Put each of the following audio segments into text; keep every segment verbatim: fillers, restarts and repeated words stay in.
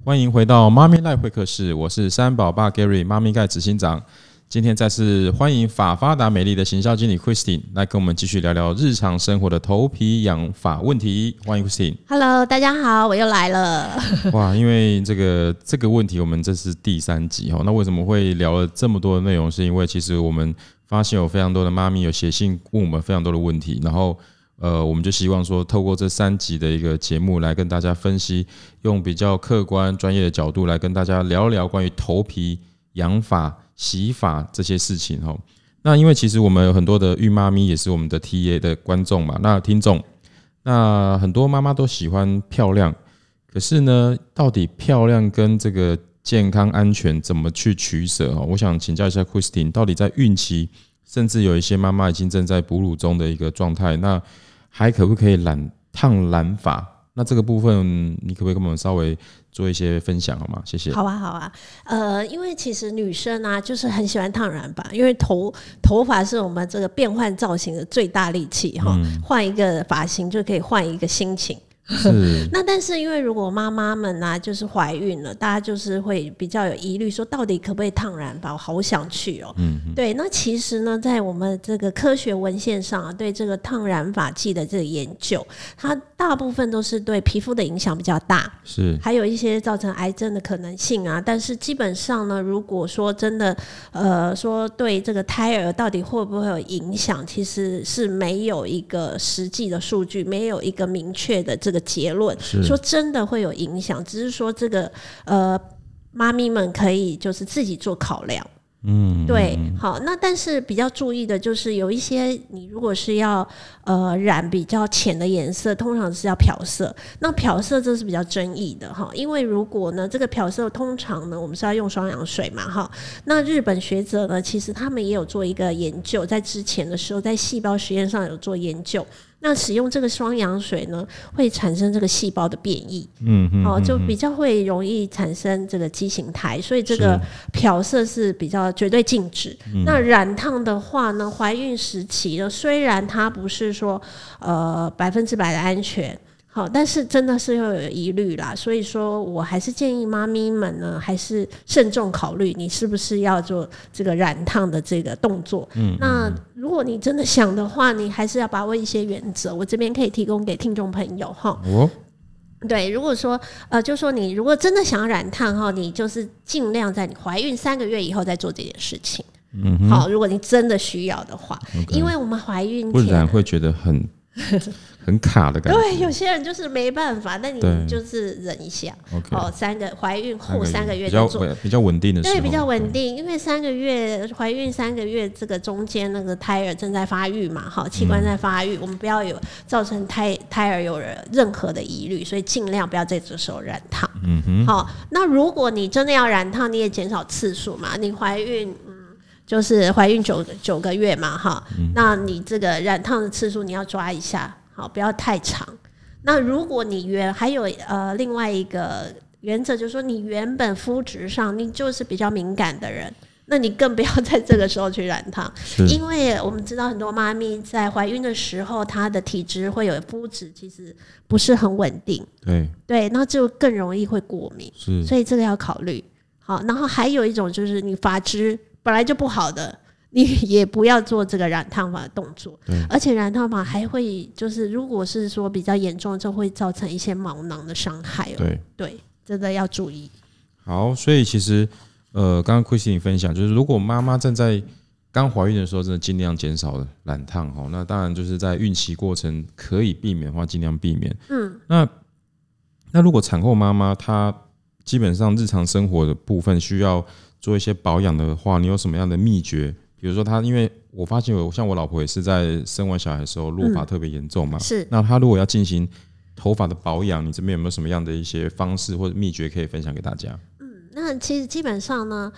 欢迎回到妈咪赖会客室，我是三宝爸 Gary， 妈咪盖执行长。今天再次欢迎法发达美丽的行销经理 Christine 来跟我们继续聊聊日常生活的头皮养发问题。欢迎 Christine。Hello， 大家好，我又来了。 哇，因为这个这个问题，我们这是第三集哈。那为什么会聊了这么多的内容？是因为其实我们发现有非常多的妈咪有写信问我们非常多的问题，然后呃，我们就希望说，透过这三集的一个节目来跟大家分析，用比较客观专业的角度来跟大家聊聊关于头皮养发洗发这些事情齁。那因为其实我们有很多的孕妈咪也是我们的 T A 的观众嘛，那听众，那很多妈妈都喜欢漂亮，可是呢，到底漂亮跟这个健康安全怎么去取舍？我想请教一下 Christine， 到底在孕期，甚至有一些妈妈已经正在哺乳中的一个状态，那还可不可以染烫染发？那这个部分你可不可以跟我们稍微做一些分享好吗？谢谢。 好啊，好啊。呃，因为其实女生啊，就是很喜欢烫染发，因为头头发是我们这个变换造型的最大利器哈，换、嗯、一个发型就可以换一个心情。 是那但是因为如果妈妈们啊就是怀孕了，大家就是会比较有疑虑，说到底可不可以烫染发？我好想去哦。嗯，对。那其实呢，在我们这个科学文献上啊，对这个烫染发剂的这个研究，它大部分都是对皮肤的影响比较大， 是还有一些造成癌症的可能性啊。但是基本上呢，如果说真的呃说对这个胎儿到底会不会有影响，其实是没有一个实际的数据，没有一个明确的这个结论说真的会有影响，只是说这个呃妈咪们可以就是自己做考量。嗯，对，好，那但是比较注意的就是有一些你如果是要呃染比较浅的颜色，通常是要漂色。那漂色这是比较争议的哈，因为如果呢这个漂色通常呢我们是要用双氧水嘛哈，那日本学者呢其实他们也有做一个研究，在之前的时候在细胞实验上有做研究。那使用这个双氧水呢，会产生这个细胞的变异，嗯嗯，哦，就比较会容易产生这个畸形胎，所以这个漂色是比较绝对禁止。那染烫的话呢，怀孕时期呢，虽然它不是说呃百分之百的安全。好，但是真的是会有疑虑啦，所以说我还是建议妈咪们呢，还是慎重考虑你是不是要做这个染烫的这个动作。嗯，那如果你真的想的话，你还是要把握一些原则，我这边可以提供给听众朋友哈。哦，对，如果说呃，就说你如果真的想要染烫哈，你就是尽量在你怀孕三个月以后再做这件事情。嗯，好，如果你真的需要的话， okay, 因为我们怀孕前不然会觉得很。很卡的感觉， 对，有些人就是没办法，但你就是忍一下。Okay, 哦，三个怀孕后三个月就做比较稳定的时候， 对，比较稳定，因为三个月怀孕三个月这个中间那个胎儿正在发育嘛，好，器官在发育，嗯、我们不要有造成胎胎儿有任何的疑虑，所以尽量不要在这时候染烫。嗯哼，好，那如果你真的要染烫，你也减少次数嘛，你怀孕。就是怀孕九九个月嘛，哈、嗯，那你这个染烫的次数你要抓一下，好，不要太长。那如果你原还有呃另外一个原则，就是说你原本肤质上你就是比较敏感的人，那你更不要在这个时候去染烫，因为我们知道很多妈咪在怀孕的时候，她的体质会有肤质其实不是很稳定， 对对，那就更容易会过敏，是，所以这个要考虑。好，然后还有一种就是你发质本来就不好的，你也不要做这个染烫发的动作，而且染烫发还会就是如果是说比较严重，就会造成一些毛囊的伤害哦。 对对，真的要注意。 好，所以其实呃，刚刚 Christine 分享就是，如果妈妈正在刚怀孕的时候，真的尽量减少染烫哦。那当然就是在孕期过程可以避免的话，尽量避免。嗯，那那如果产后妈妈她基本上日常生活的部分需要做一些保养的话，你有什么样的秘诀？比如说她，因为我发现我像我老婆也是在生完小孩的时候落发特别严重嘛、嗯，是。那她如果要进行头发的保养，你这边有没有什么样的一些方式或者秘诀可以分享给大家？ 嗯，那其实基本上呢，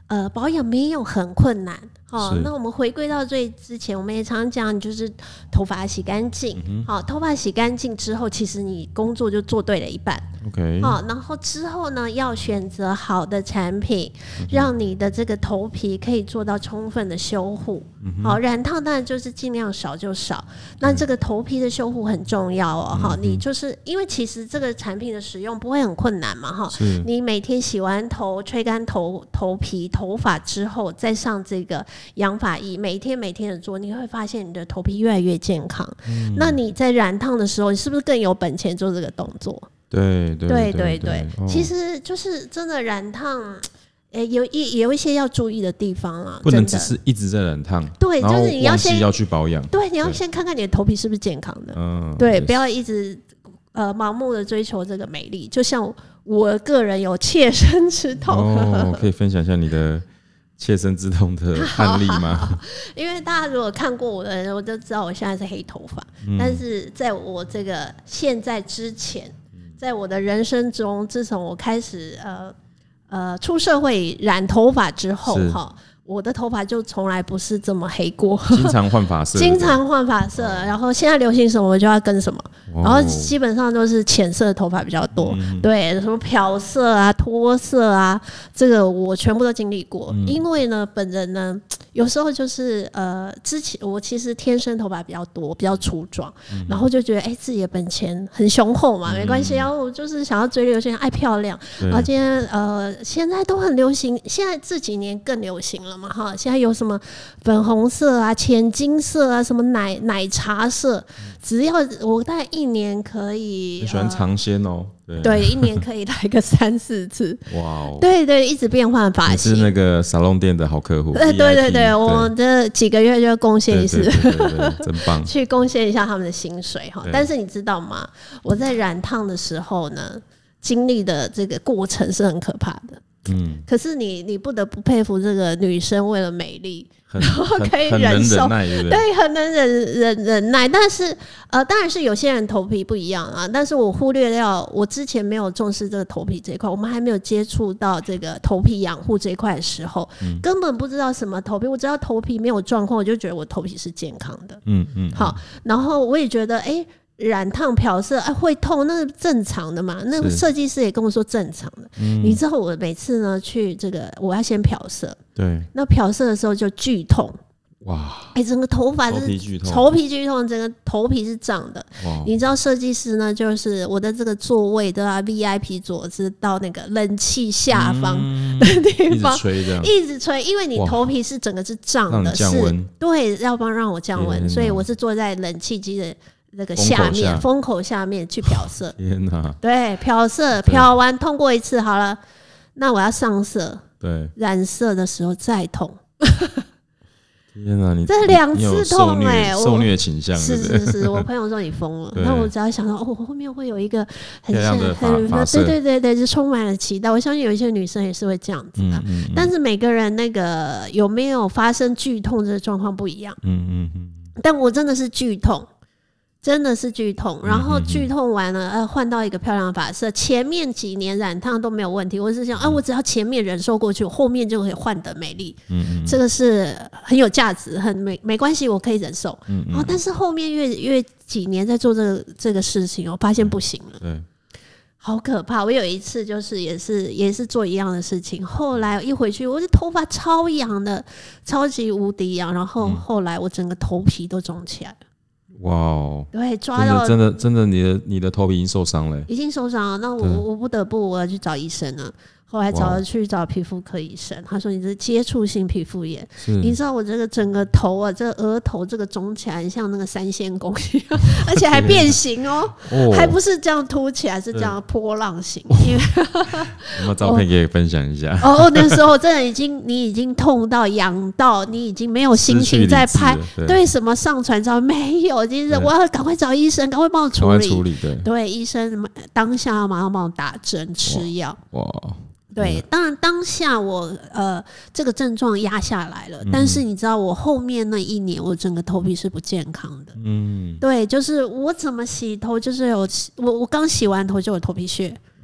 呃保养没有很困难。好、哦，那我们回归到最之前，我们也常讲，就是头发洗干净。好、嗯哦，头发洗干净之后，其实你工作就做对了一半。 OK， 好、哦，然后之后呢，要选择好的产品，嗯、让你的这个头皮可以做到充分的修护。嗯、好，染烫当然就是尽量少就少。那这个头皮的修护很重要哦。好、嗯，你就是因为其实这个产品的使用不会很困难嘛。哈，你每天洗完头、吹干头头皮、头发之后，再上这个养发液，每天每天的做，你会发现你的头皮越来越健康。嗯、那你在染烫的时候，你是不是更有本钱做这个动作？ 对对对对 对, 对、哦，其实就是真的染烫，欸、有一有一些要注意的地方啊， 不能只是一直在染烫， 对，就是你要先要去保养， 对，你要先看看你的头皮是不是健康的，嗯，对，不要一直呃盲目的追求这个美丽。就像我个人有切身之痛， 哦，可以分享一下你的切身之痛的案例吗？好好好， 因为大家如果看过我的人，我就知道我现在是黑头发，嗯、但是在我这个现在之前。在我的人生中，自从我开始呃呃出社会染头发之后，哈，我的头发就从来不是这么黑过， 经常换发色， 经常换发色。然后现在流行什么我就要跟什么，然后基本上都是浅色的头发比较多，嗯、对，什么漂色啊、脱色啊，这个我全部都经历过。嗯、因为呢，本人呢。有时候就是呃，之前我其实天生头发比较多，比较粗壮，嗯、然后就觉得哎、欸，自己的本钱很雄厚嘛，没关系。然后我就是想要追流行，爱漂亮。然后今天呃，现在都很流行，现在这几年更流行了嘛哈。现在有什么粉红色啊、浅金色啊、什么奶奶茶色，只要我大概一年可以。 很喜欢尝鲜哦。 对, 对，一年可以来个三四次。 哇哦！ 对对，一直变换发型。 你是那个沙龙店的好客户。 对对对对，我这几个月就贡献一次， 对对对对对，真棒。 去贡献一下他们的薪水哈。但是你知道吗？我在染烫的时候呢，经历的这个过程是很可怕的。嗯。可是你你不得不佩服这个女生为了美丽。然后可以忍受， 对, 对，很能忍忍忍耐。但是呃，当然是有些人头皮不一样啊。但是我忽略掉，我之前没有重视这个头皮这一块，我们还没有接触到这个头皮养护这一块的时候，嗯、根本不知道什么头皮。我只要头皮没有状况，我就觉得我头皮是健康的。嗯嗯。好，然后我也觉得，哎、欸。染烫漂色、啊、会痛，那是正常的嘛。那个设计师也跟我说正常的。你知道我每次呢去这个，我要先漂色， 对， 那漂色的时候就剧痛。哇！哎、欸，整个头发是头皮剧痛，头皮剧痛，整个头皮是胀的。你知道设计师呢，就是我的这个座位都要 V I P 座是到那个冷气下方的地方， 嗯、一直吹的， 一直吹，因为你头皮是整个是胀的， 降温， 对，要不然让我降温，所以我是坐在冷气机的。那个下面风口下面去漂色， 天哪！ 对，漂色漂完通过一次好了，那我要上色， 对， 染色的时候再痛。 天哪，你这两次痛哎、欸， 受虐倾向是是是，我朋友说你疯了，那我只要想到哦，后面会有一个很像很对对对对，就充满了期待。我相信有一些女生也是会这样子的，嗯嗯嗯、但是每个人那个有没有发生剧痛这个状况不一样，嗯嗯嗯。但我真的是剧痛。真的是剧痛，然后剧痛完了，呃，换到一个漂亮的发色。前面几年染烫都没有问题，我是想，啊，我只要前面忍受过去，我后面就可以换得美丽。嗯嗯，这个是很有价值，很没没关系，我可以忍受。嗯嗯，哦，但是后面越越几年在做这个这个事情，我发现不行了。对。好可怕！我有一次就是也是也是做一样的事情，后来一回去，我的头发超痒的，超级无敌痒，然后后来我整个头皮都肿起来了。 哇哦！ 对，抓到真的真的真的，你的你的头皮已经受伤了， 已经受伤了。那我我不得不我要去找医生了。后来找了去找皮肤科医生，他说你这是接触性皮肤炎。你知道我这个整个头啊，这个额头这个肿起来，像那个三仙宫一样，而且还变形哦，哦还不是这样凸起来，是这样波浪形。因为有没有照片可以分享一下？ 哦，那时候真的已经你已经痛到痒到，你已经没有心情再拍，对, 对什么上传照没有，就是我要赶快找医生，赶快帮我处理。 处理对对，医生当下要马上帮我打针吃药。哇。对，当然当下我呃这个症状压下来了，嗯、但是你知道我后面那一年我整个头皮是不健康的。嗯，对，就是我怎么洗头，就是有我我刚洗完头就有头皮屑。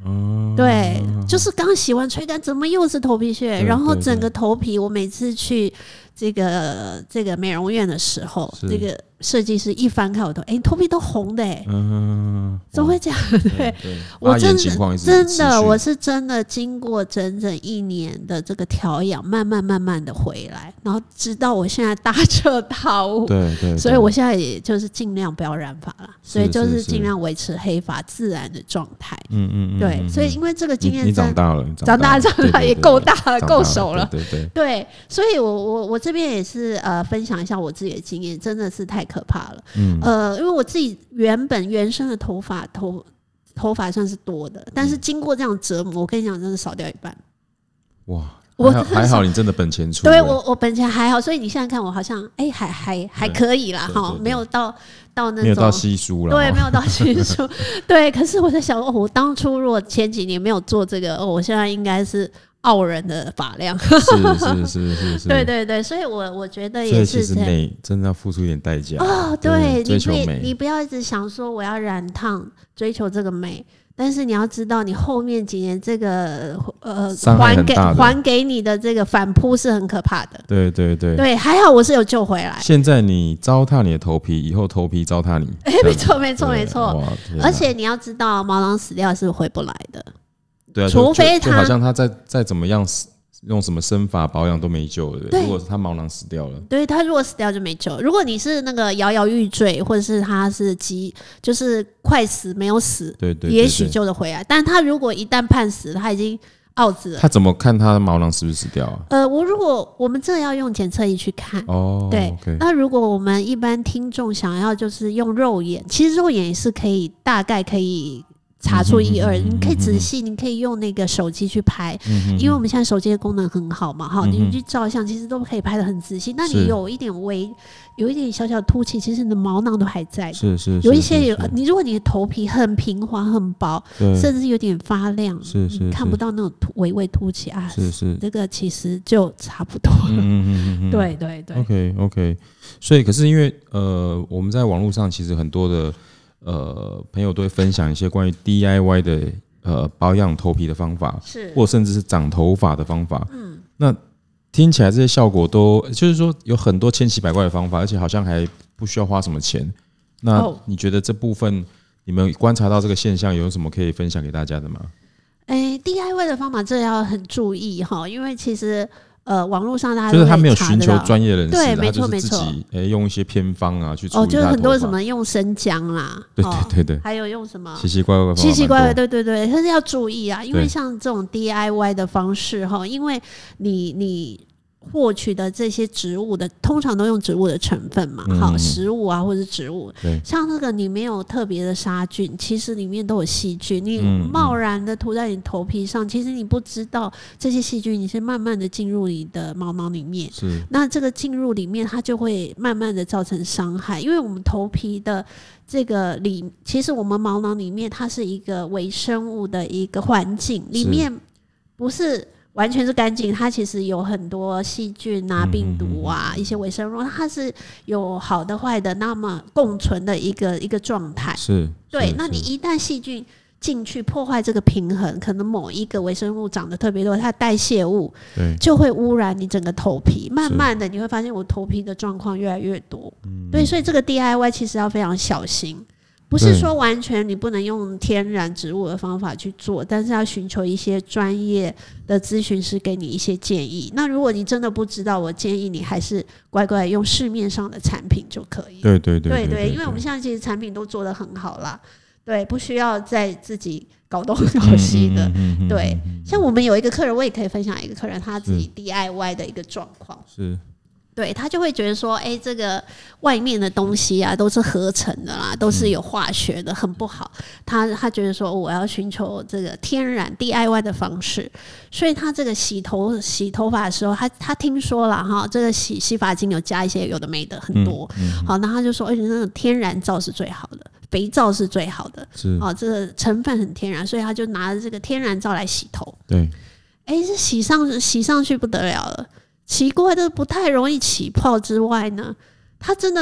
嗯，对，就是刚洗完吹干，怎么又是头皮屑？然后整个头皮，我每次去这个这个美容院的时候，这个设计师一翻开我头，哎、欸，头皮都红的哎、欸，嗯，怎么会这样？对，对我真的真的，我是真的经过整整一年的这个调养，慢慢慢慢的回来，然后直到我现在大彻大悟， 对 对, 对， 所以我现在也就是尽量不要染发了，所以就是尽量维持黑发自然的状态。嗯嗯嗯，对，所以因为这个经验， 你长大了， 长大长大也够大了，够熟了， 对对 对, 对，所以我我我这边也是呃分享一下我自己的经验，真的是太可怕了。嗯，呃，因为我自己原本原生的头发头头发算是多的，但是经过这样折磨，我跟你讲，真的少掉一半。 哇！我还好，还好你真的本钱出， 对我我本钱还好，所以你现在看我好像哎、欸、还还还可以啦哈，没有到到那种没有到稀疏了， 对，没有到稀疏，对。可是我在想，哦，我当初如果前几年没有做这个，哦，我现在应该是傲人的发量， 是是是是是， 对对对，所以我我觉得也是， 所以其实美真的要付出一点代价哦，对， 追求美， 你不要一直想说我要染烫追求这个美。但是你要知道，你后面几年这个呃还给还给你的这个反扑是很可怕的。 对对对， 对，还好我是有救回来。 现在你糟蹋你的头皮，以后头皮糟蹋你。 哎、欸，没错没错没错。而且你要知道，毛囊死掉是回不来的。 对啊， 除非他就好像他再再怎么样死。用什么生发保养都没救了，如果他毛囊死掉了， 对，他如果死掉就没救。如果你是那个摇摇欲坠，或者是他是急，就是快死没有死， 对 对, 对, 对， 也许救得回来。但他如果一旦判死，他已经 out 了。 他怎么看他的毛囊是不是死掉啊？ 呃，我如果我们这要用检测仪去看哦，对。Okay. 那如果我们一般听众想要就是用肉眼，其实肉眼也是可以大概可以。查出一二，你可以仔细，你可以用那个手机去拍，因为我们现在手机的功能很好嘛，哈，你去照相其实都可以拍得很仔细。那你有一点微，有一点小小凸起，其实你的毛囊都还在的， 是是， 有一些有你如果你的头皮很平滑、很薄，甚至有点发亮， 是是， 看不到那种微微凸起啊， 是是， 这个其实就差不多了。嗯嗯嗯，对对对。 OK OK， 所以可是因为呃，我们在网络上其实很多的。呃，朋友都会分享一些关于 D I Y 的呃保养头皮的方法， 是， 或甚至是长头发的方法。嗯，那听起来这些效果都就是说有很多千奇百怪的方法，而且好像还不需要花什么钱。那你觉得这部分你们观察到这个现象，有什么可以分享给大家的吗？ 哎 ，D I Y 的方法这要很注意哈，因为其实。呃，网络上大家就是他没有寻求专业人士， 对，没错没错， 他就是自己、欸、用一些偏方啊去处理他的头发。 哦，就是很多什么用生姜啦， 对对对对， 哦、还有用什么奇奇怪怪的方法， 奇奇怪怪，对对对，但是要注意啊，因为像这种 D I Y 的方式哈，因为你你。获取的这些植物的，通常都用植物的成分嘛，好、嗯，食物啊，或者是植物，像这个你没有特别的杀菌，其实里面都有细菌，你贸然的涂在你头皮上，其实你不知道这些细菌，你是慢慢的进入你的毛囊里面， 是， 那这个进入里面，它就会慢慢的造成伤害，因为我们头皮的这个里，其实我们毛囊里面它是一个微生物的一个环境，里面不是。完全是干净，它其实有很多细菌啊、病毒啊、一些微生物，它是有好的、坏的，那么共存的一个一个状态。 是， 对。那你一旦细菌进去破坏这个平衡，可能某一个微生物长得特别多，它代谢物就会污染你整个头皮。慢慢的，你会发现我头皮的状况越来越多。对，所以这个 D I Y 其实要非常小心。不是说完全你不能用天然植物的方法去做，但是要寻求一些专业的咨询师给你一些建议。那如果你真的不知道，我建议你还是乖乖用市面上的产品就可以。 对对对 对, 对, 对, 对，因为我们现在其实产品都做得很好啦，对，不需要再自己搞东搞西的。对，像我们有一个客人，我也可以分享一个客人他自己 D I Y 的一个状况。 是。 对，他就会觉得说，哎、欸，这个外面的东西啊，都是合成的啦，都是有化学的，很不好。他他觉得说，我要寻求这个天然 D I Y 的方式，所以他这个洗头洗头发的时候，他他听说了哈，这个洗洗发精有加一些有的没的很多，嗯嗯、好，那他就说，而且那个天然皂是最好的，肥皂是最好的， 是哦，这个成分很天然，所以他就拿着这个天然皂来洗头。 对， 哎、欸，这洗上洗上去不得了了。奇怪的不太容易起泡之外呢，它真的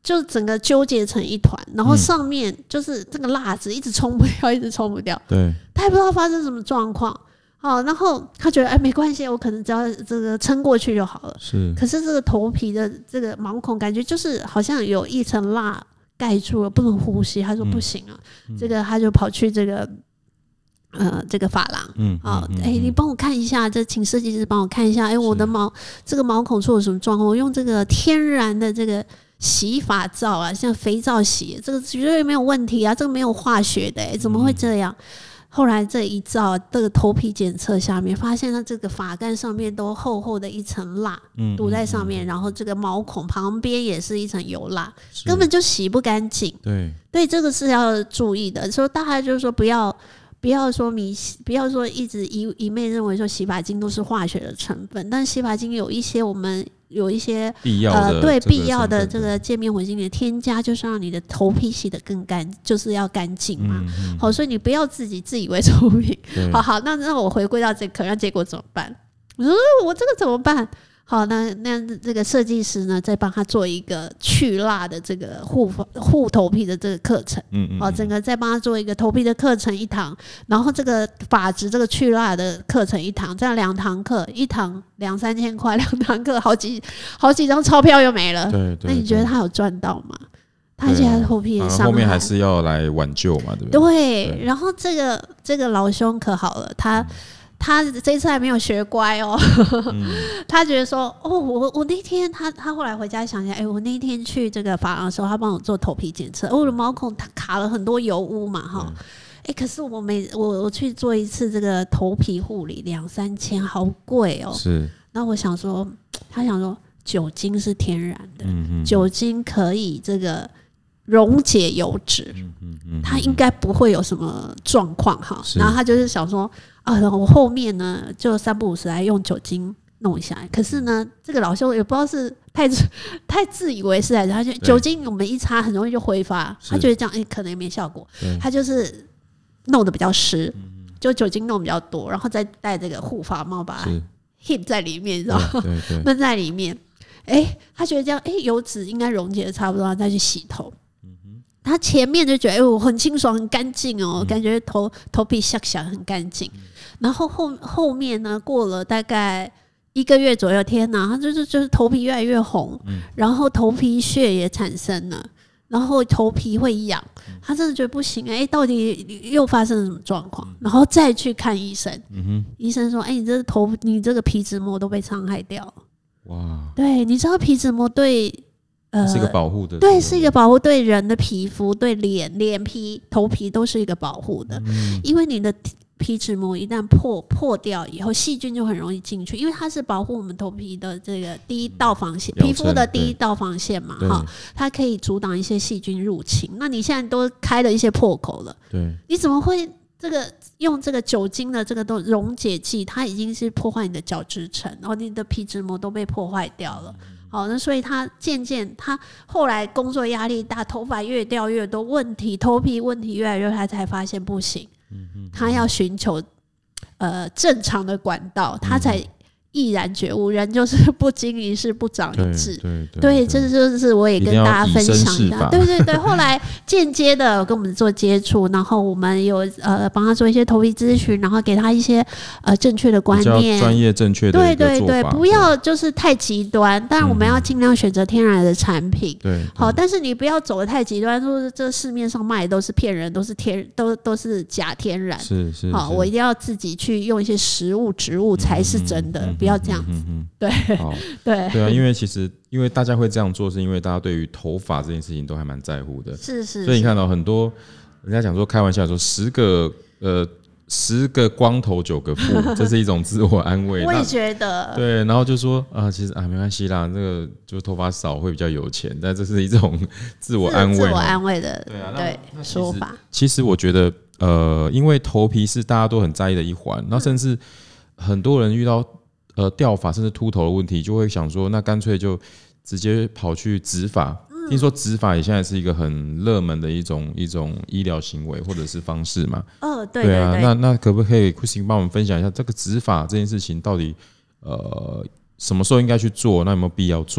就整个纠结成一团，然后上面就是这个蜡子一直冲不掉，一直冲不掉。 对， 他也不知道发生什么状况。好，然后他觉得哎没关系，我可能只要这个撑过去就好了。 是。 可是这个头皮的这个毛孔，感觉就是好像有一层蜡盖住了，不能呼吸。他说不行啊，嗯、这个他就跑去这个。呃，这个发廊，嗯，好，哎、欸，你帮我看一下，这请设计师帮我看一下，哎、欸，我的毛这个毛孔出了什么状况？我用这个天然的这个洗发皂啊，像肥皂洗，这个绝对没有问题啊，这个没有化学的、欸，怎么会这样？嗯、后来这一照，这个头皮检测下面，发现它这个发干上面都厚厚的一层蜡堵在上面，嗯嗯嗯、然后这个毛孔旁边也是一层油蜡，根本就洗不干净。 对， 对，这个是要注意的。所以大家就是说不要。不要说迷信，不要说一直一一昧认为说洗发精都是化学的成分，但洗发精有一些我们有一些必要的呃对必要的这个界面活性的添加，就是让你的头皮洗得更干，就是要干净嘛。嗯嗯、好，所以你不要自己自以为聪明。好好，那那我回归到这个，那结果怎么办？我说我这个怎么办？好，那那这个设计师呢，再帮他做一个去蜡的这个护护头皮的这个课程，嗯嗯，好，整个再帮他做一个头皮的课程一堂，然后这个发质这个去蜡的课程一堂，这样两堂课，一堂两三千块，两堂课好几好几张钞票又没了。 对，对， 那你觉得他有赚到吗？他现在头皮也伤害， 后面还是要来挽救嘛，对不对？ 对，对，然后这个这个老兄可好了，他。嗯他这次还没有学乖哦，嗯、他觉得说，哦，我我那天他他后来回家想起来，哎，我那天去这个发廊的时候，他帮我做头皮检测，哦，我的毛孔它卡了很多油污嘛，哈，哎、嗯，可是我每我我去做一次这个头皮护理两三千，好贵哦，是。那我想说，他想说酒精是天然的，嗯、酒精可以这个溶解油脂，嗯嗯嗯、他应该不会有什么状况哈。然后他就是想说。啊，我后面呢就三不五时来用酒精弄一下，可是呢，这个老兄也不知道是太太自以为是还是他觉得酒精我们一擦很容易就挥发，他觉得这样、欸、可能也没效果，他就是弄得比较湿，就酒精弄比较多，然后再戴这个护发帽把它 hit 在里面，你知道吗？闷在里面，哎、欸，他觉得这样，哎、欸，油脂应该溶解的差不多，他再去洗头。他前面就觉得哎、欸，我很清爽很干净哦，嗯、感觉头头皮下下很干净。嗯、然后后后面呢，过了大概一个月左右，天哪，他就是就是头皮越来越红，嗯、然后头皮屑也产生了，然后头皮会痒，他真的觉得不行哎、欸，到底又发生了什么状况？然后再去看医生，嗯、哼医生说，哎、欸，你这头你这个皮脂膜都被伤害掉了。哇，对，你知道皮脂膜对。 呃，是一个保护的， 对，是一个保护，对人的皮肤、对脸、脸皮、头皮都是一个保护的。嗯、因为你的皮脂膜一旦破破掉以后，细菌就很容易进去，因为它是保护我们头皮的这个第一道防线，皮肤的第一道防线嘛，哈，它可以阻挡一些细菌入侵。那你现在都开了一些破口了，对，你怎么会这个用这个酒精的这个都溶解剂，它已经是破坏你的角质层，然后你的皮脂膜都被破坏掉了。好，那所以他渐渐，他后来工作压力大，头发越掉越多，问题头皮问题越来越多，他才发现不行，嗯嗯、他要寻求呃正常的管道，他才毅然觉悟，人就是不经一事不长一智，对，对，对，这就是我也跟大家分享一下，对对对。后来间接的跟我们做接触，然后我们有呃帮他做一些头皮咨询，然后给他一些呃正确的观念， 专业正确的一个做法， 对对对，不要就是太极端，当然我们要尽量选择天然的产品，对、嗯，好，但是你不要走得太极端，说这市面上卖的都是骗人，都是天都都是假天然，是是，好，我一定要自己去用一些食物植物才是真的。嗯，不要这样子，嗯嗯、对，对对啊，因为其实因为大家会这样做，是因为大家对于头发这件事情都还蛮在乎的， 是是。 所以你看到很多人家讲说开玩笑说十个呃十个光头九个富，这是一种自我安慰。 我也觉得。 对，然后就说啊、呃，其实啊没关系啦，那个就头发少会比较有钱，但这是一种自我安慰， 自我安慰的对啊对说法。 其实我觉得呃，因为头皮是大家都很在意的一环，然后甚至很多人遇到。呃，掉发甚至秃头的问题，就会想说，那干脆就直接跑去植发。嗯、听说植发也现在是一个很热门的一种一种医疗行为或者是方式嘛。 哦，对对对。 对啊，那那可不可以 Christine 帮我们分享一下这个植发这件事情到底呃什么时候应该去做？那有没有必要做？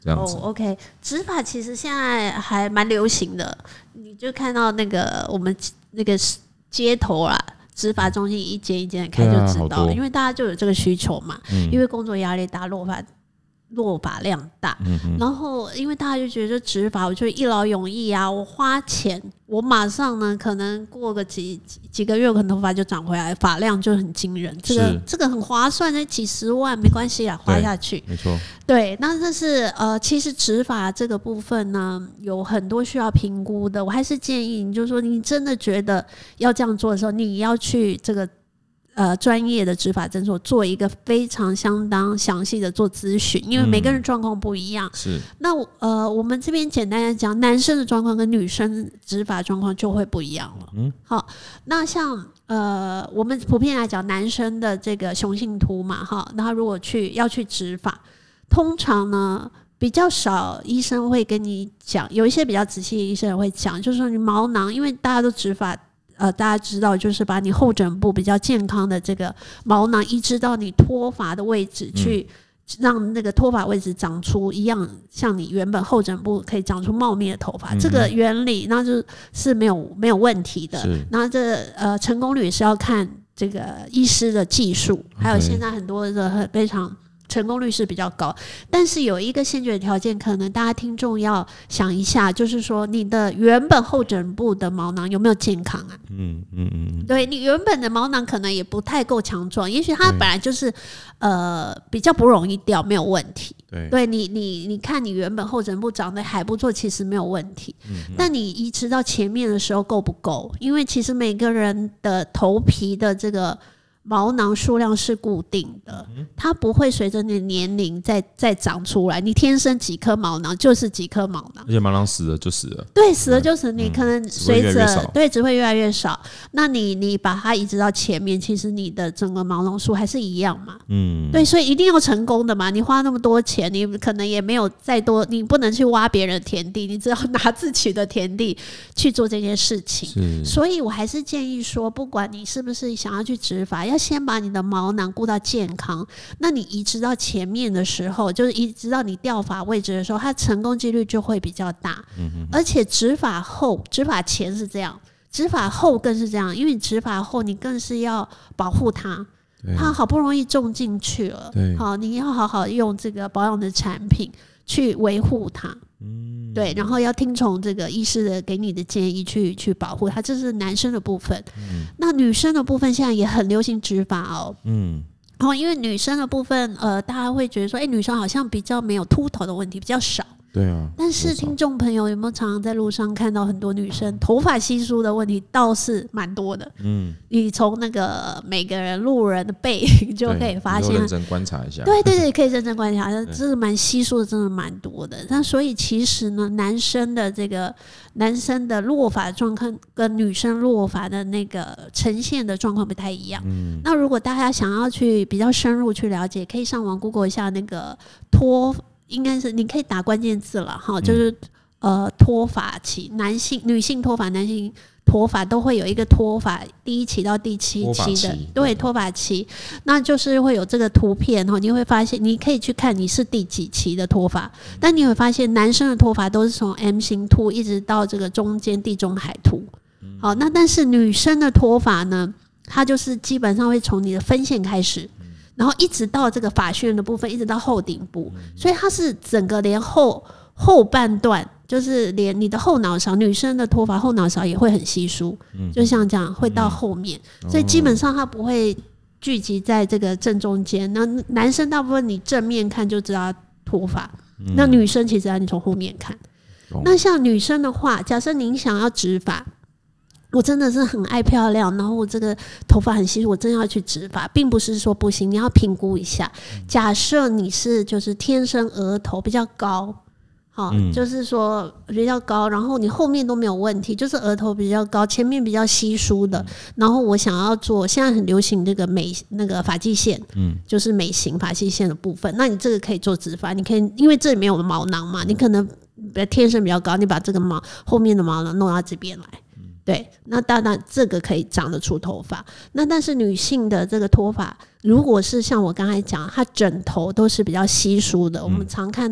这样子。 哦 ，OK， 植发其实现在还蛮流行的，你就看到那个我们那个街头啦。植发中心一间一间的开就知道了，啊、因为大家就有这个需求嘛，嗯、因为工作压力大，落发落发量大、嗯，然后因为大家就觉得植发，我就一劳永逸啊，我花钱，我马上呢，可能过个几几个月，可能头发就长回来，发量就很惊人，这个这个很划算，那几十万没关系啊，花下去， 没错， 对，那这是呃，其实植发这个部分呢，有很多需要评估的，我还是建议你，就是说你真的觉得要这样做的时候，你要去这个。呃，专业的植发诊所做一个非常相当详细的做咨询，因为每个人状况不一样。嗯、 是。那呃，我们这边简单的讲，男生的状况跟女生植发状况就会不一样了。嗯。好，那像呃，我们普遍来讲，男生的这个雄性秃嘛，哈，然后如果去要去植发，通常呢比较少医生会跟你讲，有一些比较仔细的医生会讲，就是说你毛囊，因为大家都植发。呃，大家知道，就是把你后枕部比较健康的这个毛囊移植到你脱发的位置去，嗯、让那个脱发位置长出一样，像你原本后枕部可以长出茂密的头发，嗯、这个原理那就是没有没有问题的。那这呃成功率是要看这个医师的技术，还有现在很多的非常。成功率是比较高，但是有一个先决条件，可能大家听众要想一下，就是说你的原本后枕部的毛囊有没有健康啊？嗯嗯嗯，对你原本的毛囊可能也不太够强壮，也许它本来就是呃比较不容易掉，没有问题。对，对你你你看你原本后枕部长得还不错，其实没有问题。嗯，但你移植到前面的时候够不够？因为其实每个人的头皮的这个。毛囊数量是固定的，它不会随着你的年龄再再长出来。你天生几颗毛囊就是几颗毛囊， 而且毛囊死了就死了。 对，死了就死。你可能随着、嗯、对只会越来越少。那你你把它移植到前面，其实你的整个毛囊数还是一样嘛。嗯，对，所以一定要成功的嘛。你花那么多钱，你可能也没有再多，你不能去挖别人的田地，你只要拿自己的田地去做这件事情。所以我还是建议说，不管你是不是想要去植发，要先把你的毛囊顾到健康，那你移植到前面的时候，就是移植到你掉发位置的时候，它成功几率就会比较大。嗯、而且植发后、植发前是这样，植发后更是这样，因为你植发后你更是要保护它，它好不容易种进去了，好，你要好好用这个保养的产品去维护它。嗯，对，然后要听从这个医师的给你的建议去去保护它，这是男生的部分。嗯，那女生的部分现在也很流行植发哦。嗯，然后因为女生的部分，呃，大家会觉得说，哎，女生好像比较没有秃头的问题，比较少。 对啊， 但是听众朋友有没有常常在路上看到很多女生头发稀疏的问题，倒是蛮多的。嗯，你从那个每个人路人的背影就可以发现， 认真观察一下。 对对对，可以认真观察，这是蛮稀疏的，真的蛮多的。那所以其实呢，男生的这个男生的落发状况跟女生落发的那个呈现的状况不太一样。嗯，那如果大家想要去比较深入去了解，可以上网 Google 一下那个脱。应该是你可以打关键字了哈，就是呃脱发期，男性、女性脱发，男性脱发都会有一个脱发第一期到第七期的，对，脱发期，那就是会有这个图片哈，你会发现你可以去看你是第几期的脱发，但你会发现男生的脱发都是从 M 型秃一直到这个中间地中海秃，好，那但是女生的脱发呢，它就是基本上会从你的分线开始。然后一直到这个发旋的部分，一直到后顶部，所以它是整个连后后半段，就是连你的后脑勺，女生的脱发后脑勺也会很稀疏，嗯、就像这样会到后面，嗯、所以基本上它不会聚集在这个正中间。那男生大部分你正面看就知道脱发，嗯、那女生其实你从后面看。嗯、那像女生的话，假设您想要植发。我真的是很爱漂亮，然后我这个头发很稀疏，我真要去植发，并不是说不行，你要评估一下。假设你是就是天生额头比较高，好，嗯、就是说比较高，然后你后面都没有问题，就是额头比较高，前面比较稀疏的，嗯、然后我想要做，现在很流行这个美那个发际线，嗯，就是美型发际线的部分，那你这个可以做植发，你可以因为这里面有毛囊嘛，你可能天生比较高，你把这个毛后面的毛囊弄到这边来。对，那当然这个可以长得出头发。那但是女性的这个脱发，如果是像我刚才讲，她枕头都是比较稀疏的，嗯、我们常看到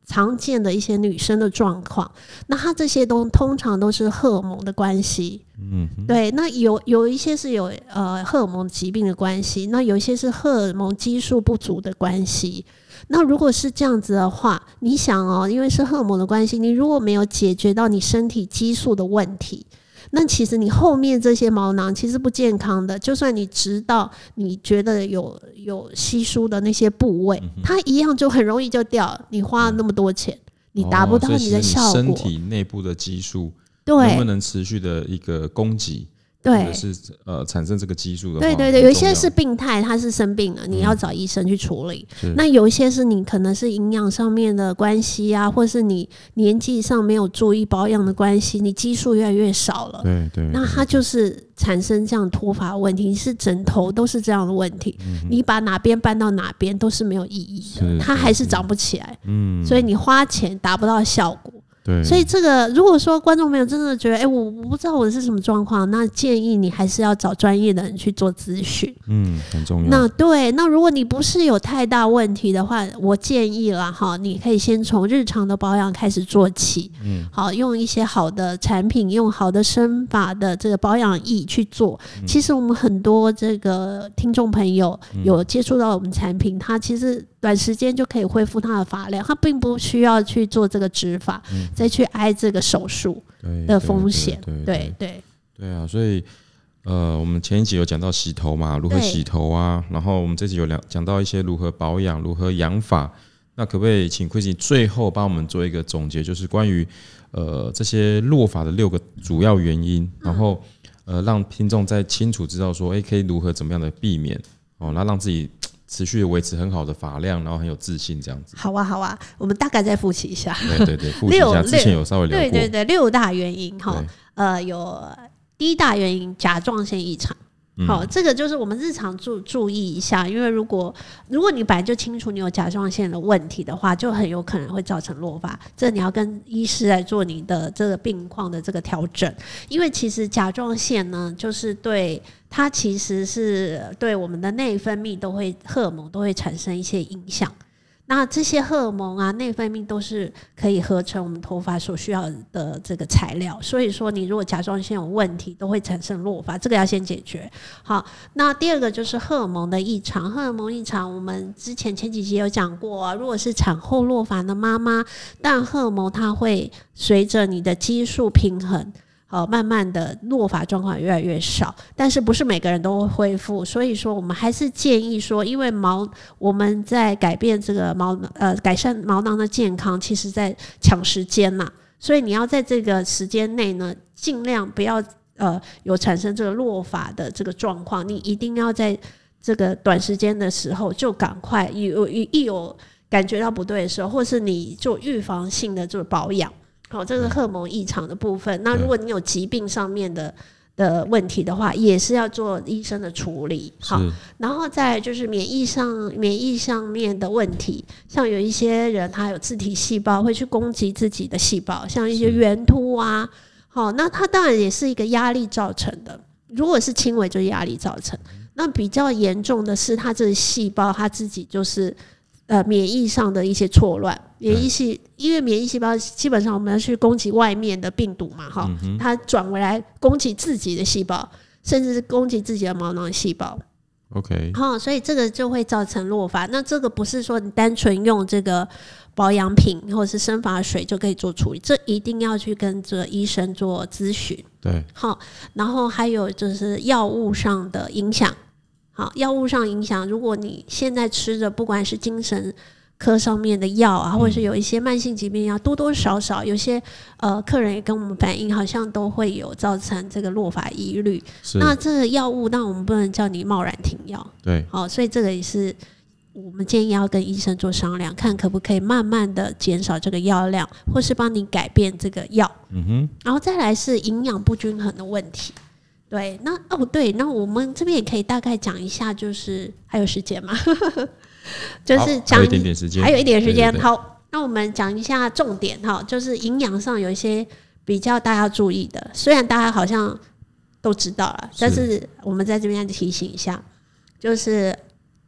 常见的一些女生的状况，那它这些都通常都是荷尔蒙的关系。嗯，对，那有有一些是有呃荷尔蒙疾病的关系，那有一些是荷尔蒙激素不足的关系。那如果是这样子的话，你想哦，因为是荷尔蒙的关系，你如果没有解决到你身体激素的问题，那其实你后面这些毛囊其实不健康的，就算你直到你觉得有有稀疏的那些部位、嗯、它一样就很容易就掉，你花了那么多钱、嗯、你达不到你的效果、哦、 所以你身体内部的激素能不能持续的一个供给，对，或者是呃产生这个激素的话， 对对对，有一些是病态，它是生病了，你要找医生去处理、嗯、那有一些是你可能是营养上面的关系啊，或是你年纪上没有注意保养的关系，你激素越来越少了， 对 对, 对， 那它就是产生这样脱发的问题，是整头都是这样的问题、嗯、你把哪边搬到哪边都是没有意义的，它还是长不起来，嗯，所以你花钱达不到效果。对，所以这个如果说观众朋友真的觉得哎、欸，我我不知道我是什么状况，那建议你还是要找专业的人去做咨询， 嗯，很重要。 那对，那如果你不是有太大问题的话，我建议啦哈，你可以先从日常的保养开始做起，嗯，好，用一些好的产品，用好的生发的这个保养液去做、嗯、其实我们很多这个听众朋友有接触到我们产品、嗯、他其实短时间就可以恢复他的发量，他并不需要去做这个植发、嗯、再去挨这个手术的风险。对 对 对, 对, 对, 对啊，所以呃，我们前一集有讲到洗头嘛，如何洗头啊，然后我们这集有讲到一些如何保养、如何养发。那可不可以请 Chrissy 最后帮我们做一个总结，就是关于呃这些落发的六个主要原因，然后呃让听众再清楚知道说，哎，可以如何怎么样的避免哦，那让自己持续维持很好的发量，然后很有自信这样子。 好啊好啊，我们大概再复习一下。 对对对，复习一下，之前有稍微聊过。 对对对，六大原因哈，呃，有第一大原因甲状腺异常。好、嗯，这个就是我们日常注注意一下，因为如果如果你本来就清楚你有甲状腺的问题的话，就很有可能会造成落发。这你要跟医师来做你的这个病况的这个调整，因为其实甲状腺呢，就是对它其实是对我们的内分泌都会荷尔蒙都会产生一些影响。那这些荷尔蒙啊、内分泌都是可以合成我们头发所需要的这个材料，所以说你如果甲状腺有问题，都会产生落发，这个要先解决。好，那第二个就是荷尔蒙的异常，荷尔蒙异常我们之前前几集有讲过啊，如果是产后落发的妈妈，但荷尔蒙它会随着你的激素平衡。呃，慢慢的落发状况越来越少，但是不是每个人都会恢复，所以说我们还是建议说，因为毛我们在改变这个毛呃改善毛囊的健康，其实在抢时间啦，所以你要在这个时间内呢，尽量不要呃有产生这个落发的这个状况，你一定要在这个短时间的时候就赶快有一有感觉到不对的时候，或是你做预防性的做保养。好，这是荷尔蒙异常的部分。那如果你有疾病上面的的问题的话，也是要做医生的处理。好，然后再来就是免疫上免疫上面的问题，像有一些人他有自体细胞会去攻击自己的细胞，像一些圆秃啊，好，那它当然也是一个压力造成的。如果是轻微就是压力造成，那比较严重的是它这个细胞它自己就是呃免疫上的一些错乱。免疫细，因为免疫细胞基本上我们要去攻击外面的病毒嘛，哈、嗯，它转回来攻击自己的细胞，甚至是攻击自己的毛囊细胞。 OK， 好，所以这个就会造成落发。那这个不是说你单纯用这个保养品或者是生发水就可以做处理，这一定要去跟这医生做咨询。 对， 好，然后还有就是药物上的影响。好，药物上影响，如果你现在吃的不管是精神科上面的药啊，或者是有一些慢性疾病药，多多少少有些呃客人也跟我们反映，好像都会有造成这个落发疑虑。那这个药物，那我们不能叫你贸然停药。 对， 好，所以这个也是我们建议要跟医生做商量，看可不可以慢慢的减少这个药量，或是帮你改变这个药。嗯哼，然后再来是营养不均衡的问题。对，那哦对，那我们这边也可以大概讲一下，就是还有时间吗？就是讲还有一点点时间， 还有一点时间。好，那我们讲一下重点哈，就是营养上有一些比较大家要注意的，虽然大家好像都知道了，但是我们在这边提醒一下，就是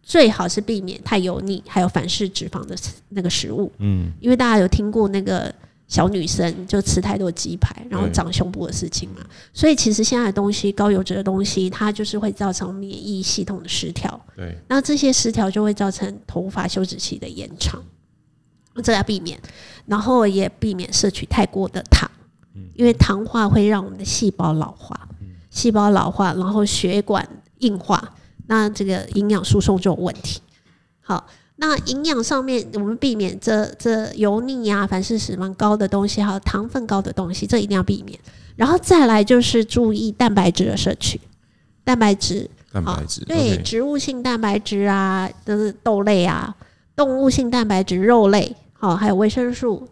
最好是避免太油腻还有反式脂肪的那个食物。 嗯， 因为大家有听过那个小女生就吃太多鸡排然后长胸部的事情嘛，所以其实现在的东西高油脂的东西它就是会造成免疫系统的失调， 对， 那这些失调就会造成头发休止期的延长，这要避免，然后也避免摄取太过的糖，因为糖化会让我们的细胞老化，细胞老化然后血管硬化，那这个营养输送就有问题。好，那营养上面我们避免这这油腻啊、反式脂肪高的东西，还有糖分高的东西，这一定要避免。然后再来就是注意蛋白质的摄取，蛋白质， 蛋白质， 对， okay 植物性蛋白质啊，就是豆类啊，动物性蛋白质，肉类，好，还有维生素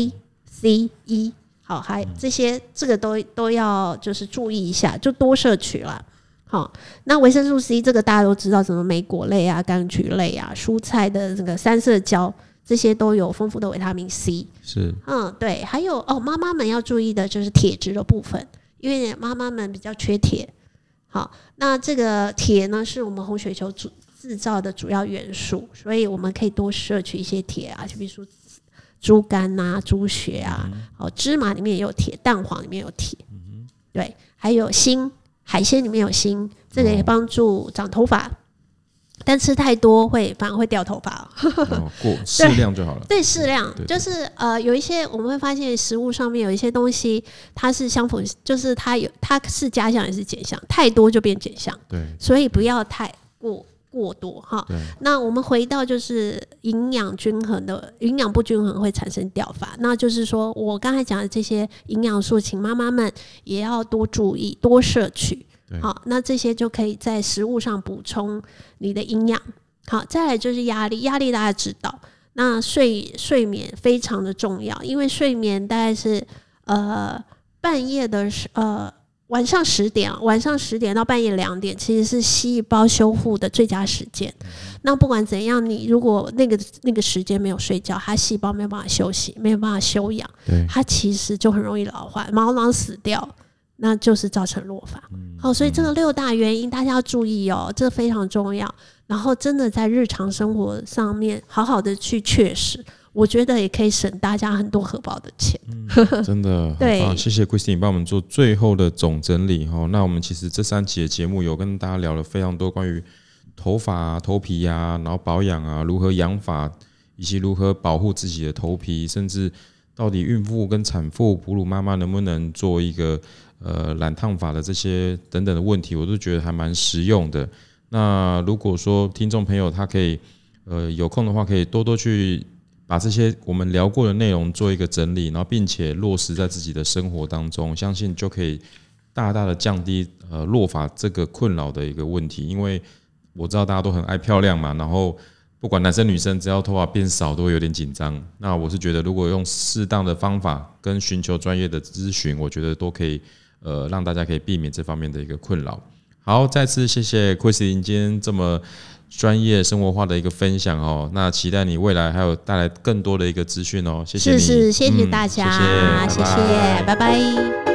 A、C、E， 好，还这些这个都都要就是注意一下，就多摄取啦。好，那维生素 C 这个大家都知道，什么莓果类啊、柑橘类啊、蔬菜的这个三色胶，这些都有丰富的维他命 C。 是， 嗯，对，还有哦，妈妈们要注意的就是铁质的部分，因为妈妈们比较缺铁。好，那这个铁呢，是我们红血球制造的主要元素，所以我们可以多摄取一些铁啊，就比如说猪肝啊、猪血啊，好，芝麻里面也有铁，蛋黄里面有铁，对，还有锌。海鲜里面有锌，这个也帮助长头发，但吃太多会反而会掉头发哦，过适量就好了。 对，适量对对就是呃，有一些我们会发现食物上面有一些东西它是相符，就是它有它是加项也是减项，太多就变减项， 对， 所以不要太过过多哈。那我们回到就是营养均衡的，营养不均衡会产生掉发，那就是说我刚才讲的这些营养素，请妈妈们也要多注意，多摄取。好，那这些就可以在食物上补充你的营养。好，再来就是压力，压力大家知道，那睡睡眠非常的重要，因为睡眠大概是呃半夜的呃。晚上十点，晚上十点到半夜两点，其实是细胞修复的最佳时间。那不管怎样，你如果那个那个时间没有睡觉，它细胞没有办法休息，没有办法休养，它其实就很容易老化，毛囊死掉，那就是造成落发。好，所以这个六大原因大家要注意哦，这非常重要。然后真的在日常生活上面好好的去确实。我觉得也可以省大家很多荷包的钱、 嗯、真的对， 好，谢谢 Christine 帮我们做最后的总整理。那我们其实这三期的节目有跟大家聊了非常多关于头发、啊、头皮啊，然后保养啊，如何养发，以及如何保护自己的头皮，甚至到底孕妇跟产妇、哺乳妈妈能不能做一个呃染烫发的这些等等的问题，我都觉得还蛮实用的。那如果说听众朋友他可以呃有空的话，可以多多去把这些我们聊过的内容做一个整理，然后并且落实在自己的生活当中，相信就可以大大的降低呃落发这个困扰的一个问题。因为我知道大家都很爱漂亮嘛，然后不管男生女生，只要头发变少都会有点紧张。那我是觉得，如果用适当的方法跟寻求专业的咨询，我觉得都可以呃让大家可以避免这方面的一个困扰。好，再次谢谢 Christine 今天这么专业生活化的一个分享哦，那期待你未来还有带来更多的一个资讯哦，谢谢你， 是是，谢谢大家， 嗯、谢谢， 谢谢，拜拜。